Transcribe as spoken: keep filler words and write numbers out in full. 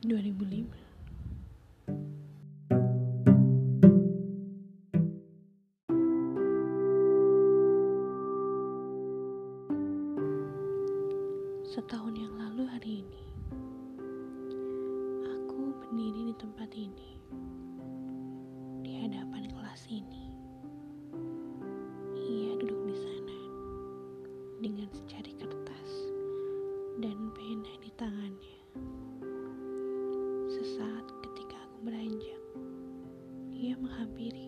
dua ribu lima. Setahun yang lalu hari ini, aku berdiri di tempat ini, di hadapan kelas ini. Ia duduk di sana dengan secari kertas dan pena di tangannya. Sesaat ketika aku beranjak, ia menghampiri.